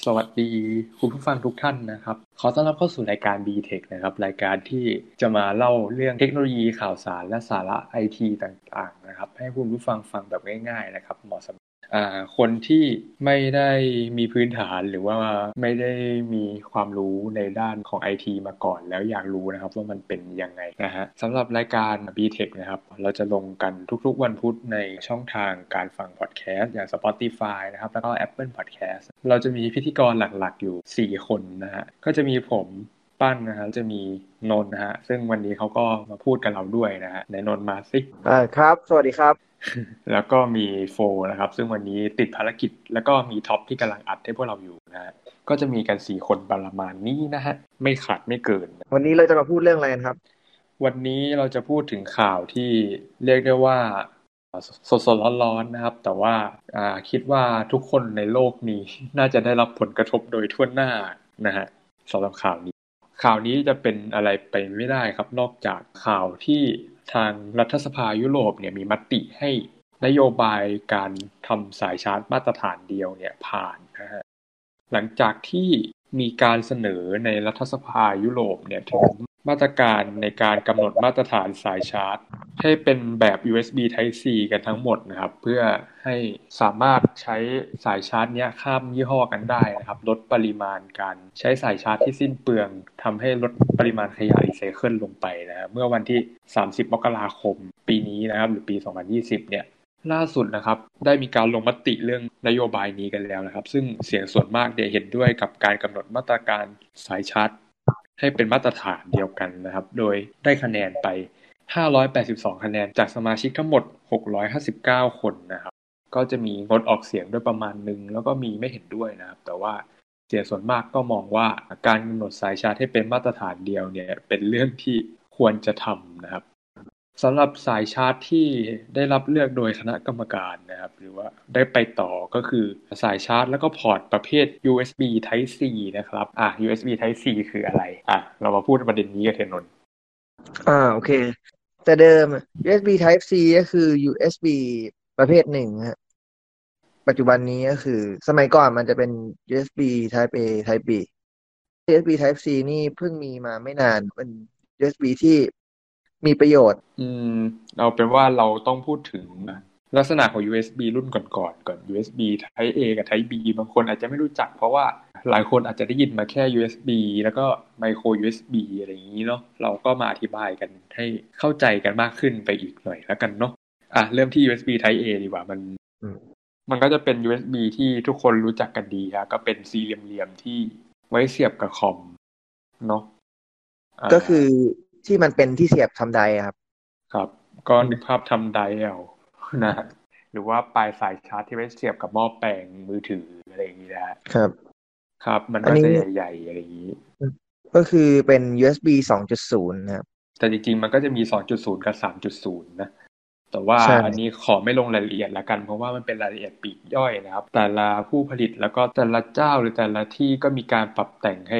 สวัสดีคุณผู้ฟังทุกท่านนะครับขอต้อนรับเข้าสู่รายการ B-Tech นะครับรายการที่จะมาเล่าเรื่องเทคโนโลยีข่าวสารและสาระไอทีต่างๆนะครับให้คุณผู้ฟังฟังแบบง่ายๆนะครับเหมาะสำหรับคนที่ไม่ได้มีพื้นฐานหรือว่าไม่ได้มีความรู้ในด้านของไอทีมาก่อนแล้วอยากรู้นะครับว่ามันเป็นยังไงนะฮะสำหรับรายการ B-Tech นะครับเราจะลงกันทุกๆวันพุธในช่องทางการฟังพอดแคสต์อย่าง Spotify นะครับแล้วก็ Apple Podcast เราจะมีพิธีกรหลักๆอยู่4คนนะฮะก็จะมีผมปั้นนะฮะจะมีนนท์นะฮะซึ่งวันนี้เขาก็มาพูดกับเราด้วยนะฮะไหนนนท์มาสิครับสวัสดีครับแล้วก็มีโฟนะครับซึ่งวันนี้ติดภารกิจแล้วก็มีท็อปที่กำลังอัดให้พวกเราอยู่นะฮะก็จะมีกัน4 คนประมาณนี้นะฮะไม่ขาดไม่เกินวันนี้เราจะมาพูดเรื่องอะไรกันครับวันนี้เราจะพูดถึงข่าวที่เรียกได้ว่าสดๆร้อนๆนะครับแต่ว่าคิดว่าทุกคนในโลกนี้น่าจะได้รับผลกระทบโดยทั่วหน้านะฮะสำหรับข่าวนี้จะเป็นอะไรไปไม่ได้ครับนอกจากข่าวที่ทางรัฐสภายุโรปเนี่ยมีมติให้นโยบายการทำสายชาร์จมาตรฐานเดียวเนี่ยผ่านนะฮะหลังจากที่มีการเสนอในรัฐสภายุโรปเนี่ยถึงมาตรการในการกำหนดมาตรฐานสายชาร์จให้เป็นแบบ USB Type C กันทั้งหมดนะครับเพื่อให้สามารถใช้สายชาร์จเนี้ยข้ามยี่ห้อกันได้นะครับลดปริมาณการใช้สายชาร์จที่สิ้นเปลืองทำให้ลดปริมาณขยะรีไซเคิลลงไปนะครับเมื่อวันที่30มกราคมปีนี้นะครับหรือปี2020เนี่ยล่าสุดนะครับได้มีการลงมติเรื่องนโยบายนี้กันแล้วนะครับซึ่งเสียงส่วนมากเนี่ยเห็นด้วยกับการกำหนดมาตรการสายชาร์จให้เป็นมาตรฐานเดียวกันนะครับโดยได้คะแนนไป582คะแนนจากสมาชิกทั้งหมด659คนนะครับก็จะมีงดออกเสียงด้วยประมาณนึงแล้วก็มีไม่เห็นด้วยนะครับแต่ว่าเสียงส่วนมากก็มองว่าการกำหนดสายชาร์จให้เป็นมาตรฐานเดียวเนี่ยเป็นเรื่องที่ควรจะทำนะครับ สำหรับสายชาร์จที่ได้รับเลือกโดยคณะกรรมการนะครับหรือว่าได้ไปต่อก็คือสายชาร์จแล้วก็พอร์ตประเภท USB Type C นะครับUSB Type C คืออะไรเรามาพูดประเด็นนี้กันเถอะนนท์โอเคแต่เดิม USB Type C ก็คือ USB ประเภทหนึ่งฮะปัจจุบันนี้ก็คือสมัยก่อนมันจะเป็น USB Type A Type B USB Type C นี่เพิ่งมีมาไม่นานเป็น USB ที่มีประโยชน์อืมเอาเป็นว่าเราต้องพูดถึงลักษณะของ USB รุ่นก่อน USB Type A กับ Type B บางคนอาจจะไม่รู้จักเพราะว่าหลายคนอาจจะได้ยินมาแค่ USB แล้วก็ Micro USB อะไรอย่างนี้เนาะเราก็มาอธิบายกันให้เข้าใจกันมากขึ้นไปอีกหน่อยแล้วกันเนาะเริ่มที่ USB Type A ดีกว่าอืมมันก็จะเป็น USB ที่ทุกคนรู้จักกันดีครับก็เป็นสี่เหลี่ยมๆที่ไว้เสียบกับคอมเนาะอ่ก็คือาที่มันเป็นที่เสียบทำไดอะครับครับก็อืมนึกภาพทำไดเอานะหรือว่าปลายสายชาร์จที่ไว้เสียบกับหม้อแปลงมือถืออะไรอย่างนี้นะฮะครับครับมันอันนี้ก็จะใหญ่ๆอะไรอย่างนี้ก็คือเป็น USB 2.0นะครับแต่จริงๆมันก็จะมี2.0กับ3.0นะแต่ว่าใช่อันนี้ขอไม่ลงรายละเอียดละกันเพราะว่ามันเป็นรายละเอียดปลีกย่อยนะครับแต่ละผู้ผลิตแล้วก็แต่ละเจ้าหรือแต่ละที่ก็มีการปรับแต่งให้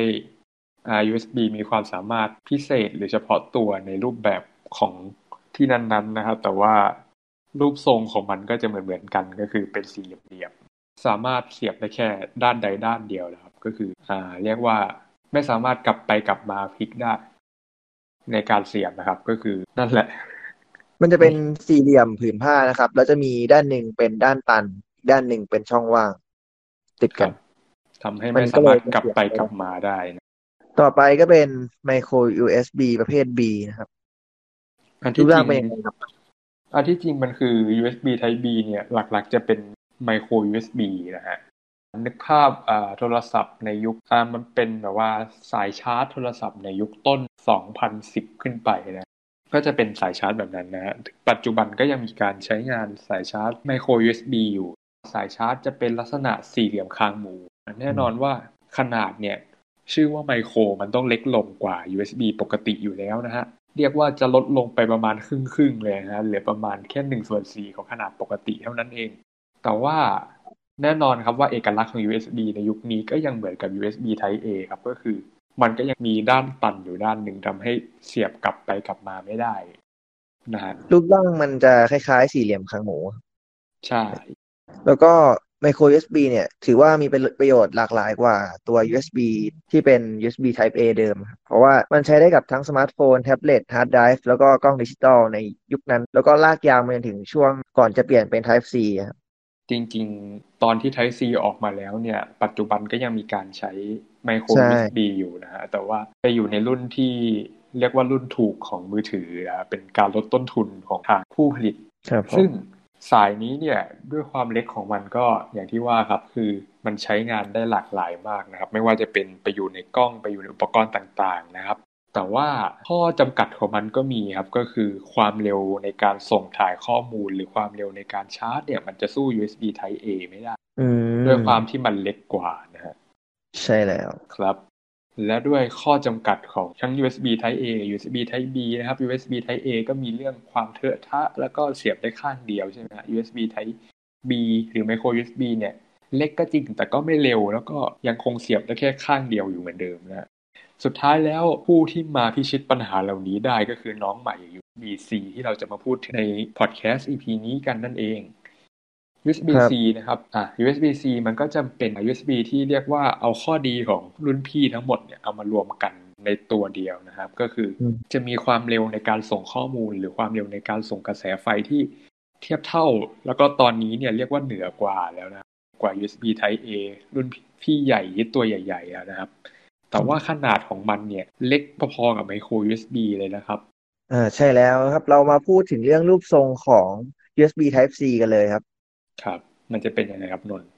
USB มีความสามารถพิเศษหรือเฉพาะตัวในรูปแบบของที่นั้นๆนะครับแต่ว่ารูปทรงของมันก็จะเหมือนกันก็คือเป็นสี่เหลี่ยมๆสามารถเสียบได้แค่ด้านใดด้านเดียวนะครับก็คือเรียกว่าไม่สามารถกลับไปกลับมาพลิกได้ในการเสียบนะครับก็คือนั่นแหละมันจะเป็นสี่เหลี่ยมผืนผ้านะครับแล้วจะมีด้านหนึ่งเป็นด้านตันอีกด้านหนึ่งเป็นช่องว่างติดกันครับทำให้มันก็เลยไม่สามารถกลับจะเสียบไปกลับไม่ได้มาได้นะต่อไปก็เป็น micro USB ประเภท B นะครับรูปร่างอันที่จริงเป็นยังไงครับมันคือ USB Type B เนี่ยหลักๆจะเป็น Micro USB นะฮะนึกภาพโทรศัพท์ในยุคมันเป็นแบบว่าสายชาร์จโทรศัพท์ในยุคต้น2010ขึ้นไปนะก็จะเป็นสายชาร์จแบบนั้นนะฮะปัจจุบันก็ยังมีการใช้งานสายชาร์จ Micro USB อยู่สายชาร์จจะเป็นลักษณะสี่เหลี่ยมคางหมูแน่นอนว่าขนาดเนี่ย ชื่อว่าไมโครมันต้องเล็กลงกว่า USB ปกติอยู่แล้วนะฮะเรียกว่าจะลดลงไปประมาณครึ่งเลยนะฮะเหลือประมาณแค่1/4ของขนาดปกติเท่านั้นเองแต่ว่าแน่นอนครับว่าเอกลักษณ์ของ USB ในยุคนี้ก็ยังเหมือนกับ USB Type A ครับก็คือมันก็ยังมีด้านตันอยู่ด้านหนึ่งทำให้เสียบกลับไปกลับมาไม่ได้นะฮะรูปร่างมันจะคล้ายๆสี่เหลี่ยมคางหมูใช่แล้วก็ micro USB เนี่ยถือว่ามีประโยชน์หลากหลายกว่าตัว USB ที่เป็น USB Type A เดิมครับเพราะว่ามันใช้ได้กับทั้งสมาร์ทโฟนแท็บเล็ตฮาร์ดไดรฟ์แล้วก็กล้องดิจิตอลในยุคนั้นแล้วก็ลากยาวมาจนถึงช่วงก่อนจะเปลี่ยนเป็น Type C ครับจริงๆตอนที่ Type C ออกมาแล้วเนี่ยปัจจุบันก็ยังมีการใช้ Micro ใช่ USB อยู่นะฮะแต่ว่าไปอยู่ในรุ่นที่เรียกว่ารุ่นถูกของมือถือเป็นการลดต้นทุนของทางผู้ผลิตครับผมซึ่งสายนี้เนี่ยด้วยความเล็กของมันก็อย่างที่ว่าครับคือมันใช้งานได้หลากหลายมากนะครับไม่ว่าจะเป็นไปอยู่ในกล้องไปอยู่ในอุปกรณ์ต่างๆนะครับแต่ว่าข้อจำกัดของมันก็มีครับก็คือความเร็วในการส่งถ่ายข้อมูลหรือความเร็วในการชาร์จเนี่ยมันจะสู้ USB Type A ไม่ได้อืด้วยความมที่มันเล็กกว่านะฮะใช่แล้วครับและด้วยข้อจำกัดของทั้ง USB Type A กับ USB Type B นะครับ USB Type A ก็มีเรื่องความเถอะทะแล้วก็เสียบได้ข้างเดียวใช่ไหมฮะ USB Type B หรือ Micro USB เนี่ยเล็กก็จริงแต่ก็ไม่เร็วแล้วก็ยังคงเสียบได้แค่ข้างเดียวอยู่เหมือนเดิมนะ สุดท้ายแล้วผู้ที่มาพิชิตปัญหาเหล่านี้ได้ก็คือน้องใหม่ USB-C ที่เราจะมาพูดในพอดแคสต์ EP นี้กันนั่นเองครับ USB-C นะครับUSB-C มันก็จะเป็น USB ที่เรียกว่าเอาข้อดีของรุ่นพี่ทั้งหมดเนี่ยเอามารวมกันในตัวเดียวนะครับก็คือจะมีความเร็วในการส่งข้อมูลหรือความเร็วในการส่งกระแสไฟที่เทียบเท่าแล้วก็ตอนนี้เนี่ยเรียกว่าเหนือกว่าแล้วนะกว่า USB Type A รุ่นพี่ใหญ่ตัวใหญ่ๆนะครับแต่ว่าขนาดของมันเนี่ยเล็กพอๆกับ Micro USB เลยนะครับใช่แล้วครับเรามาพูดถึงเรื่องรูปทรงของ USB Type C กันเลยครับครับมันจะเป็นยังไงครับนนท์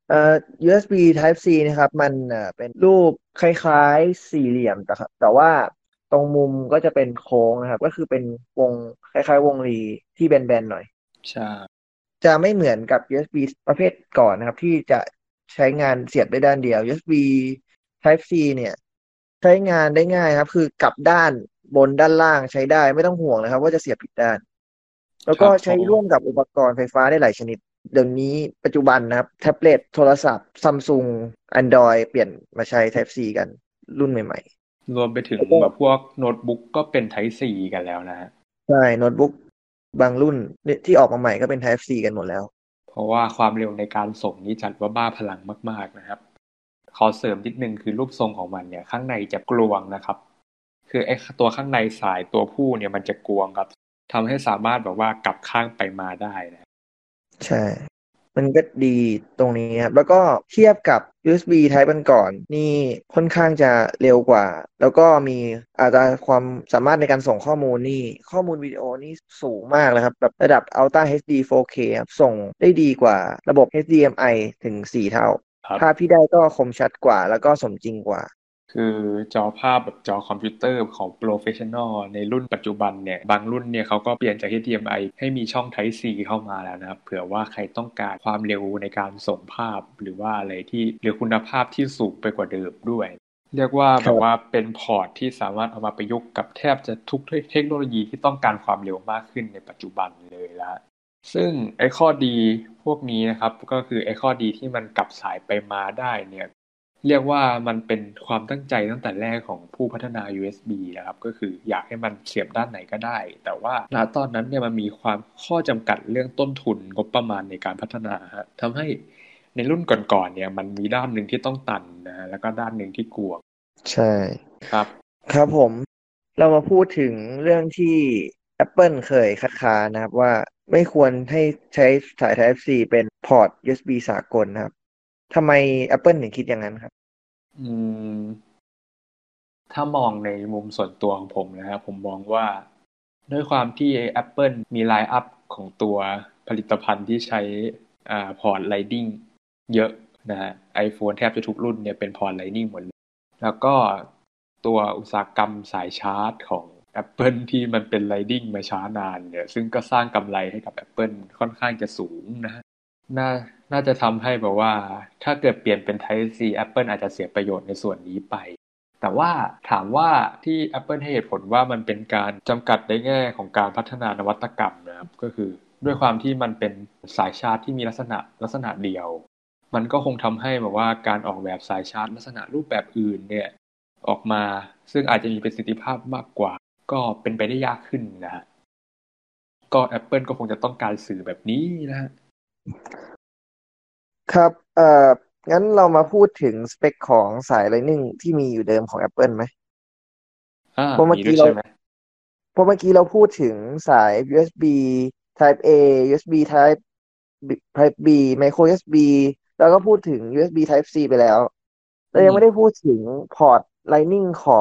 USB Type C นะครับมันเป็นรูปคล้ายๆสี่เหลี่ยมแต่ว่าตรงมุมก็จะเป็นโค้งนะครับก็คือเป็นวงคล้ายๆวงรีที่แบนๆหน่อยใช่จะไม่เหมือนกับ USB ประเภทก่อนนะครับที่จะใช้งานเสียบได้ด้านเดียว USB Type C เนี่ยใช้งานได้ง่ายครับคือกลับด้านบนด้านล่างใช้ได้ไม่ต้องห่วงนะครับว่าจะเสียบผิดด้าน แล้วก็ครับเพราะใช้ร่วมกับอุปกรณ์ไฟฟ้าได้หลายชนิดเดี๋ยวนี้ปัจจุบันนะครับแท็บเล็ตโทรศัพท์ซัมซุง Android เปลี่ยนมาใช้ Type C กันรุ่นใหม่รวมไปถึงๆแล้วก็แบบพวกโน้ตบุ๊กก็เป็น Type C กันแล้วนะฮะใช่โน้ตบุ๊กบางรุ่นที่ออกมาใหม่ก็เป็น Type C กันหมดแล้วเพราะว่าความเร็วในการส่งนี้จัดว่าบ้าพลังมากๆนะครับขอเสริมนิดนึงคือรูปทรงของมันเนี่ยข้างในจะกลวงนะครับคือไอ้ตัวข้างในสายตัวผู้เนี่ยมันจะกลวงครับทำให้สามารถแบบว่ากลับข้างไปมาได้นะใช่ มันก็ดีตรงนี้ครับแล้วก็เทียบกับ USB Type อันก่อนนี่ค่อนข้างจะเร็วกว่าแล้วก็มีอัตราความสามารถในการส่งข้อมูลนี่ข้อมูลวิดีโอนี่สูงมากเลยครับแบบระดับ Ultra HD 4K ครับส่งได้ดีกว่าระบบ HDMI ถึง4เท่าครับภาพที่ได้ก็คมชัดกว่าแล้วก็สมจริงกว่าคือจอภาพแบบจอคอมพิวเตอร์ของ Professional ในรุ่นปัจจุบันเนี่ยบางรุ่นเนี่ยเขาก็เปลี่ยนจาก HDMI ให้มีช่อง Type C เข้ามาแล้วนะครับเผื่อว่าใครต้องการความเร็วในการส่งภาพหรือว่าอะไรที่หรือคุณภาพที่สูงไปกว่าเดิมด้วยเรียกว่าแบบว่าครับเป็นพอร์ตที่สามารถเอามาประยุกต์กับแทบจะทุกเทคโนโลยีที่ต้องการความเร็วมากขึ้นในปัจจุบันเลยละซึ่งไอ้ข้อดีพวกนี้นะครับก็คือไอ้ข้อดีที่มันกลับสายไปมาได้เนี่ย เรียกว่ามันเป็นความตั้งใจตั้งแต่แรกของผู้พัฒนา USB นะครับก็คืออยากให้มันเสียบด้านไหนก็ได้แต่ว่าณตอนนั้นเนี่ยมันมีความข้อจำกัดเรื่องต้นทุนงบประมาณในการพัฒนาฮะทำให้ในรุ่นก่อนๆเนี่ยมันมีด้านหนึ่งที่ต้องตันนะฮะแล้วก็ด้านหนึ่งที่กลัวใช่ครับครับผมเรามาพูดถึงเรื่องที่ Apple เคยคัดค้านนะครับว่าไม่ควรให้ใช้สาย Type C เป็นพอร์ต USB สากลนะครับ ทำไม Apple ถึงคิดอย่างนั้นครับอืมถ้ามองในมุมส่วนตัวของผมนะครับผมมองว่าด้วยความที่ Apple มีไลน์อัพของตัวผลิตภัณฑ์ที่ใช้พอร์ต Lightning เยอะนะฮะ iPhone แทบจะทุกรุ่นเนี่ยเป็นพอร์ต Lightning หมดเลยแล้วก็ตัวอุตสาหกรรมสายชาร์จของ Apple ที่มันเป็น Lightning มาช้านานเนี่ยซึ่งก็สร้างกำไรให้กับ Apple ค่อนข้างจะสูงนะฮะน่าน่าจะทำให้แบบว่าถ้าเกิดเปลี่ยนเป็น Type C Apple อาจจะเสียประโยชน์ในส่วนนี้ไป แต่ว่าถามว่าที่ Apple ให้เหตุผลว่ามันเป็นการจำกัดในแง่ของการพัฒนานวัตกรรมนะครับก็คือด้วยความที่มันเป็นสายชาร์จที่มีลักษณะเดียวมันก็คงทำให้แบบว่าการออกแบบสายชาร์จลักษณะรูปแบบอื่นเนี่ยออกมาซึ่งอาจจะมีประสิทธิภาพมากกว่าก็เป็นไปได้ยากขึ้นนะฮะก็ Apple ก็คงจะต้องการสื่อแบบนี้นะฮะครับงั้นเรามาพูดถึงสเปคของสาย Lightning ที่มีอยู่เดิมของ Apple ไหมเพราะเมื่อกี้เรามีด้วยใช่ไหมเพราะเมื่อกี้เราพูดถึงสาย USB Type A USB Type B Micro USB แล้วก็พูดถึง USB Type C ไปแล้วเราอืมยังไม่ได้พูดถึงพอร์ต Lightning ของ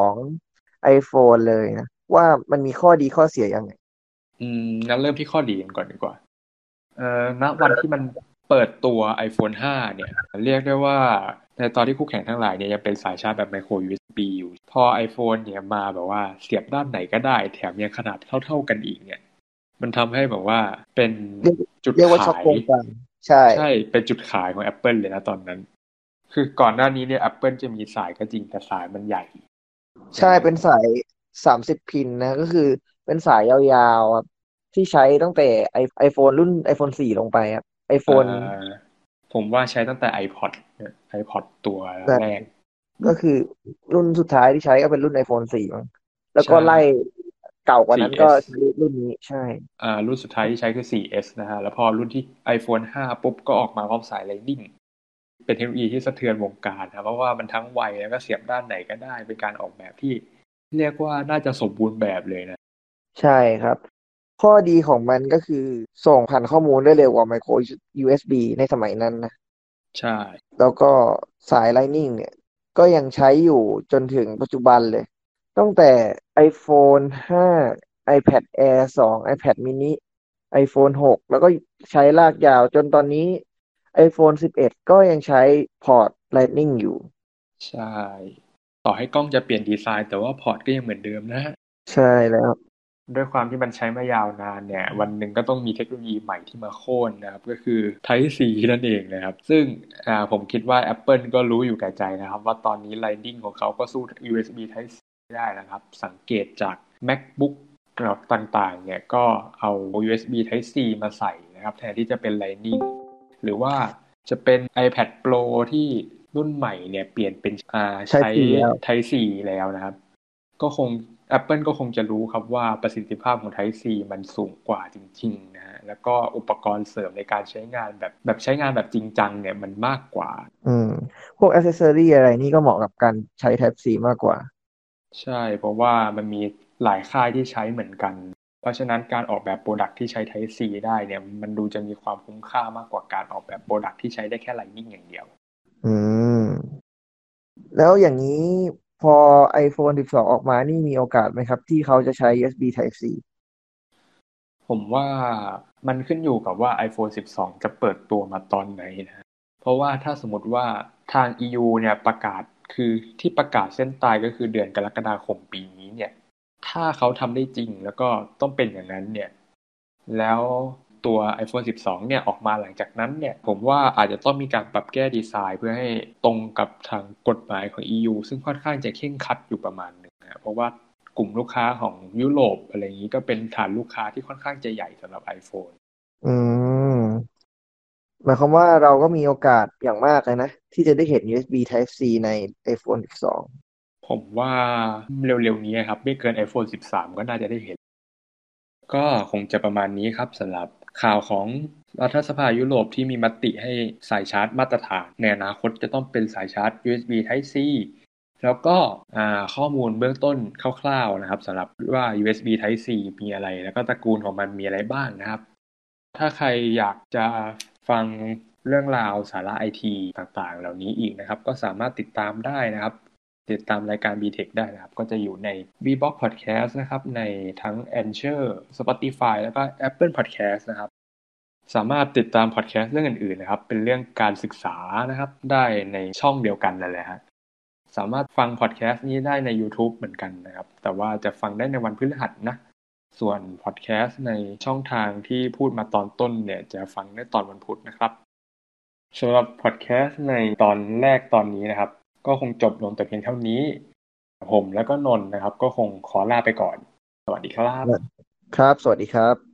iPhone เลยนะว่ามันมีข้อดีข้อเสียยังไงงั้นเริ่มที่ข้อดีกันก่อนดีกว่า ณวันที่มันเปิดตัว iPhone 5เนี่ยเรียกได้ว่าในตอนที่คู่แข่งทั้งหลายเนี่ยยังเป็นสายชาร์จแบบ micro USB อยู่พอ iPhone เนี่ยมาแบบว่าเสียบด้านไหนก็ได้แถมยังขนาดเท่าๆกันอีกเนี่ยมันทำให้แบบว่าเป็นเรียกจุดเรียกว่าช็อกขายวงการใช่ใช่เป็นจุดขายของ Apple เลยนะตอนนั้นคือก่อนหน้านี้เนี่ย Apple จะมีสายก็จริงแต่สายมันใหญ่ใช่นะเป็นสาย30 พินนะก็คือเป็นสายยาวๆครับที่ใช้ตั้งแต่iPhone รุ่น iPhone 4ลงไปครับเอ่ iPhone อผมว่าใช้ตั้งแต่ iPod เนี่ย iPod ตัวนะแรกก็คือรุ่นสุดท้ายที่ใช้ก็เป็นรุ่น iPhone 4มั้งแล้วใช่ก็ไล่เก่ากว่านั้นก็ 4S ใช้รุ่นนี้ใช่รุ่นสุดท้ายที่ใช้คือ 4S นะฮะแล้วพอรุ่นที่ iPhone 5ปุ๊บก็ออกมาพร้อมสาย Lightning เป็นเทคโนโลยีที่สะเทือนวงการนะเพราะว่ามันทั้งไวแล้วก็เสียบด้านไหนก็ได้เป็นการออกแบบที่เรียกว่าน่าจะสมบูรณ์แบบเลยนะใช่ครับข้อดีของมันก็คือส่งผ่านข้อมูลได้เร็วกว่า Micro USB ในสมัยนั้นนะใช่แล้วก็สาย Lightning เนี่ยก็ยังใช้อยู่จนถึงปัจจุบันเลยตั้งแต่ iPhone 5 iPad Air 2 iPad mini iPhone 6แล้วก็ใช้ลากยาวจนตอนนี้ iPhone 11ก็ยังใช้พอร์ต Lightning อยู่ใช่ต่อให้กล้องจะเปลี่ยนดีไซน์แต่ว่าพอร์ตก็ยังเหมือนเดิมนะฮะใช่แล้วด้วยความที่มันใช้มายาวนานเนี่ยวันหนึ่งก็ต้องมีเทคโนโลยีใหม่ที่มาโค่นนะครับก็คือ Type C นั่นเองนะครับซึ่งผมคิดว่า Apple ก็รู้อยู่แก่ใจนะครับว่าตอนนี้ Lightning ของเขาก็สู้ USB Type C ไม่ได้นะครับสังเกตจาก MacBook แบบต่างๆเนี่ยก็เอา USB Type C มาใส่นะครับแทนที่จะเป็น Lightning หรือว่าจะเป็น iPad Pro ที่รุ่นใหม่เนี่ยเปลี่ยนเป็นใช้ใช้ 4แล้ว Type C แล้วนะครับ ก็คง Apple ก็คงจะรู้ครับว่าประสิทธิภาพของ Type C มันสูงกว่าจริงๆนะฮะแล้วก็อุปกรณ์เสริมในการใช้งานแบบใช้งานแบบจริงจังเนี่ยมันมากกว่าอืมพวก accessory อะไรนี่ก็เหมาะกับการใช้ Type C มากกว่าใช่เพราะว่ามันมีหลายค่ายที่ใช้เหมือนกันเพราะฉะนั้นการออกแบบโปรดักที่ใช้ Type C ได้เนี่ยมันดูจะมีความคุ้มค่ามากกว่าการออกแบบโปรดักที่ใช้ได้แค่ Lightning อย่างเดียวอืม แล้วอย่างนี้พอ iPhone 12ออกมานี่มีโอกาสไหมครับที่เขาจะใช้ USB Type C ผมว่ามันขึ้นอยู่กับว่า iPhone 12จะเปิดตัวมาตอนไหนนะเพราะว่าถ้าสมมติว่าทาง EU เนี่ยประกาศคือที่ประกาศเส้นตายก็คือเดือนกรกฎาคมปีนี้เนี่ยถ้าเขาทำได้จริงแล้วก็ต้องเป็นอย่างนั้นเนี่ยแล้วตัว iPhone 12เนี่ยออกมาหลังจากนั้นเนี่ยผมว่าอาจจะต้องมีการปรับแก้ดีไซน์เพื่อให้ตรงกับทางกฎหมายของ EU ซึ่งค่อนข้างจะเคร่งครัดอยู่ประมาณหนึ่งนะเพราะว่า กลุ่มลูกค้าของยุโรปอะไรอย่างนี้ก็เป็นฐานลูกค้าที่ค่อนข้างจะใหญ่สำหรับ iPhone อืมหมายความว่าเราก็มีโอกาสอย่างมากเลยนะที่จะได้เห็น USB Type C ใน iPhone 12 ผมว่าเร็วๆนี้ครับไม่เกิน iPhone 13ก็น่าจะได้เห็นก็คงจะประมาณนี้ครับสำหรับข่าวของรัฐสภายุโรปที่มีมติให้สายชาร์จมาตรฐานในอนาคตจะต้องเป็นสายชาร์จ USB Type C แล้วก็ข้อมูลเบื้องต้นคร่าวๆนะครับสำหรับว่า USB Type C มีอะไรแล้วก็ตระกูลของมันมีอะไรบ้างนะครับ ถ้าใครอยากจะฟังเรื่องราวสาระไอทีต่างๆเหล่านี้อีกนะครับก็สามารถติดตามได้นะครับติดตามรายการ BTech ได้นะครับก็จะอยู่ใน VBox Podcast นะครับในทั้ง Anchor Spotify แล้วก็ Apple Podcast นะครับสามารถติดตาม podcast เรื่องอื่นๆนะครับเป็นเรื่องการศึกษานะครับได้ในช่องเดียวกันนั่นแหละฮะสามารถฟัง podcast นี้ได้ใน YouTube เหมือนกันนะครับแต่ว่าจะฟังได้ในวันพฤหัสนะ ส่วนพอดแคสต์ในช่องทางที่พูดมาตอนต้นเนี่ยจะฟังได้ตอนวันพุธนะครับสำหรับพอดแคสต์ในตอนแรกตอนนี้นะครับก็คงจบลงแต่เพียงเท่านี้ผมแล้วก็นนท์นะครับก็คงขอลาไปก่อนสวัสดีครับครับสวัสดีครับ